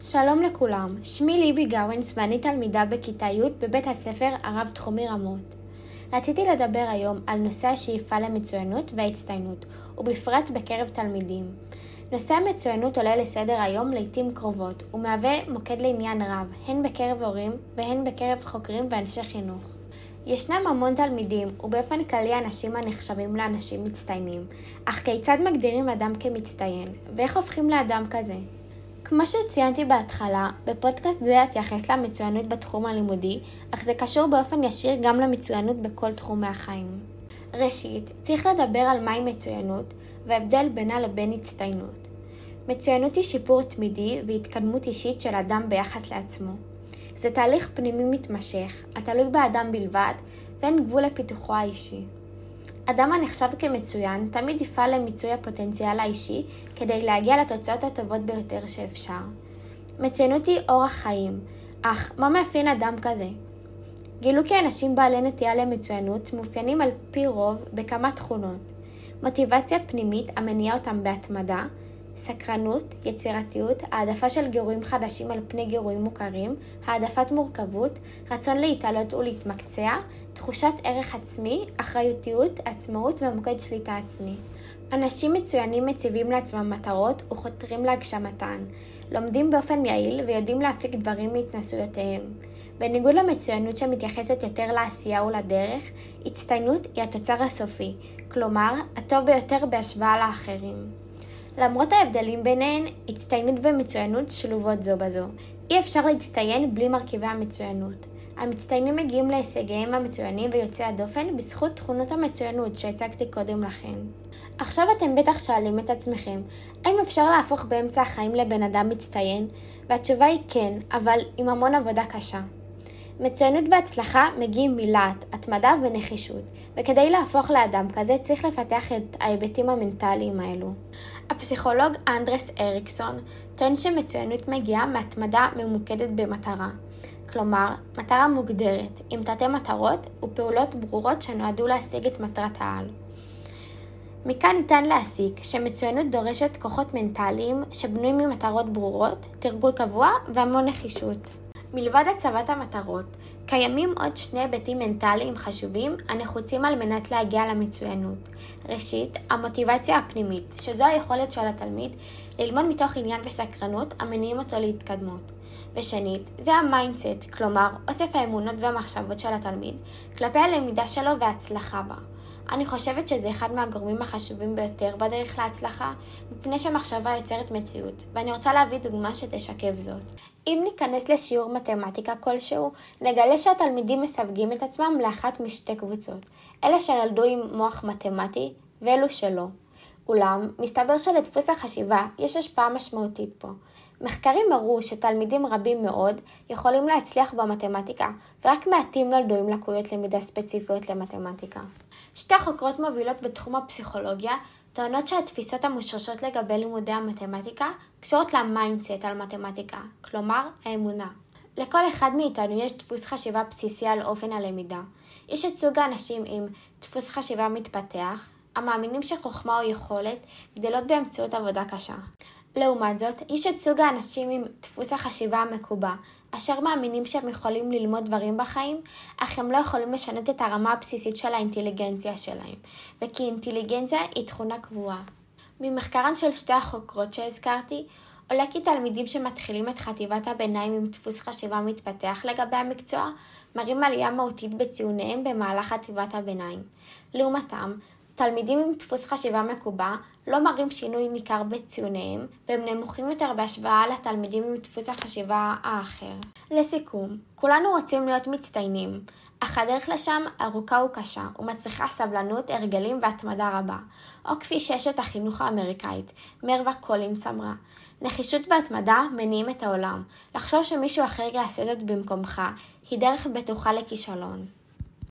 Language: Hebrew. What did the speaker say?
שלום לכולם, שמי ליבי גאוונס ואני תלמידה בכיתה י' בבית הספר הרב תחומי רמות. רציתי לדבר היום על נושא השאיפה למצוינות וההצטיינות, ובפרט בקרב תלמידים. נושא המצוינות עולה לסדר היום לעתים קרובות, ומהווה מוקד לעניין רב, הן בקרב הורים והן בקרב חוקרים ואנשי חינוך. ישנם המון תלמידים, ובאופן כללי אנשים הנחשבים לאנשים מצטיינים, אך כיצד מגדירים אדם כמצטיין, ואיך הופכים לאדם כזה? כמו שציינתי בהתחלה, בפודקאסט זה אתייחס למצוינות בתחום הלימודי, אך זה קשור באופן ישיר גם למצוינות בכל תחומי החיים. ראשית, צריך לדבר על מהי מצוינות, והבדל בינה לבין הצטיינות. מצוינות היא שיפור תמידי והתקדמות אישית של אדם ביחס לעצמו. זה תהליך פנימי מתמשך, התלוי באדם בלבד, ואין גבול לפיתוחו האישי. אדם הנחשב כמצוין תמיד יפעל למיצוי הפוטנציאל האישי כדי להגיע לתוצאות הטובות ביותר שאפשר. מצוינות היא אורח חיים, אך מה מאפיין אדם כזה? גילו כי אנשים בעלי נטייה למצוינות מאופיינים על פי רוב בכמה תכונות. מוטיבציה פנימית המניעה אותם בהתמדה, סקרנות, יצירתיות, העדפה של גירויים חדשים על פני גירויים מוכרים, העדפת מורכבות, רצון להתעלות ולהתמקצע, תחושת ערך עצמי, אחריותיות, עצמאות ומוקד שליטה עצמי. אנשים מצוינים מציבים לעצמם מטרות וחותרים להגשמתן, לומדים באופן יעיל ויודעים להפיק דברים מהתנסויותיהם. בניגוד למצוינות שמתייחסת יותר לעשייה ולדרך, הצטיינות היא התוצר הסופי, כלומר, הטוב ביותר בהשוואה לאחרים. למרות ההבדלים ביניהן, הצטיינות ומצוינות שלובות זו בזו. אי אפשר להצטיין בלי מרכיבי המצוינות. המצטיינים מגיעים להישגיהם המצוינים ויוצאי הדופן בזכות תכונות המצוינות שהצגתי קודם לכן. עכשיו אתם בטח שואלים את עצמכם, האם אפשר להפוך באמצע החיים לבן אדם מצטיין? והתשובה היא כן, אבל עם המון עבודה קשה. מצוינות והצלחה מגיעים מלהט, התמדה ונחישות, וכדי להפוך לאדם כזה צריך לפתח את ההיבטים המנטליים האלו. הפסיכולוג אנדרס אריקסון טוען שמצוינות מגיעה מהתמדה ממוקדת במטרה. כלומר, מטרה מוגדרת, עם תתי מטרות ופעולות ברורות שנועדו להשיג את מטרת העל. מכאן ניתן להסיק שמצוינות דורשת כוחות מנטליים שבנויים ממטרות ברורות, תרגול קבוע והמון נחישות. מלבד הצבת המטרות, קיימים עוד שני היבטים מנטליים חשובים הנחוצים על מנת להגיע למצוינות. ראשית, המוטיבציה הפנימית, שזו היכולת של התלמיד ללמוד מתוך עניין וסקרנות המניעים אותו להתקדמות. ושנית, זה המיינדסט, כלומר אוסף האמונות והמחשבות של התלמיד כלפי הלמידה שלו וההצלחה בה. אני חושבת שזה אחד מהגורמים החשובים ביותר בדרך להצלחה, מפני שמחשבה יוצרת מציאות, ואני רוצה להביא דוגמה שתשקף זאת. אם ניכנס לשיעור מתמטיקה כלשהו, נגלה שהתלמידים מסווגים את עצמם לאחת משתי קבוצות, אלה שנולדו עם מוח מתמטי ואלו שלא. אולם, מסתבר שלדפוס החשיבה יש השפעה משמעותית פה. מחקרים הראו שתלמידים רבים מאוד יכולים להצליח במתמטיקה, ורק מעטים נולדו עם לקויות למידה ספציפיות למתמטיקה. שתי חוקרות מובילות בתחום הפסיכולוגיה טוענות שהתפיסות המושרשות לגבי לימודי המתמטיקה קשורות למיינדסט על מתמטיקה, כלומר האמונה. לכל אחד מאיתנו יש דפוס חשיבה בסיסי על אופן הלמידה. יש את סוג האנשים עם דפוס חשיבה מתפתח, המאמינים שחוכמה או יכולת גדלות באמצעות עבודה קשה. לעומת זאת, יש את סוג האנשים עם דפוס החשיבה המקובע, אשר מאמינים שהם יכולים ללמוד דברים בחיים, אך הם לא יכולים לשנות את הרמה הבסיסית של האינטליגנציה שלהם, וכי אינטליגנציה היא תכונה קבועה. ממחקרן של שתי החוקרות שהזכרתי, עולה כי תלמידים שמתחילים את חטיבת הביניים עם דפוס חשיבה מתפתח לגבי המקצוע, מראים עלייה מהותית בציוניהם במהלך חטיבת הביניים. לעומתם, תלמידים עם דפוס חשיבה מקובע לא מראים שינוי ניכר בציוניהם, והם נמוכים יותר בהשוואה לתלמידים עם דפוס החשיבה האחר. לסיכום, כולנו רוצים להיות מצטיינים, אך הדרך לשם ארוכה וקשה, ומצריכה סבלנות, הרגלים והתמדה רבה. או כפי שאשת החינוך האמריקאית, מרווה קולינס אמרה, נחישות והתמדה מניעים את העולם. לחשוב שמישהו אחר יעשה זאת במקומך, היא דרך בטוחה לכישלון.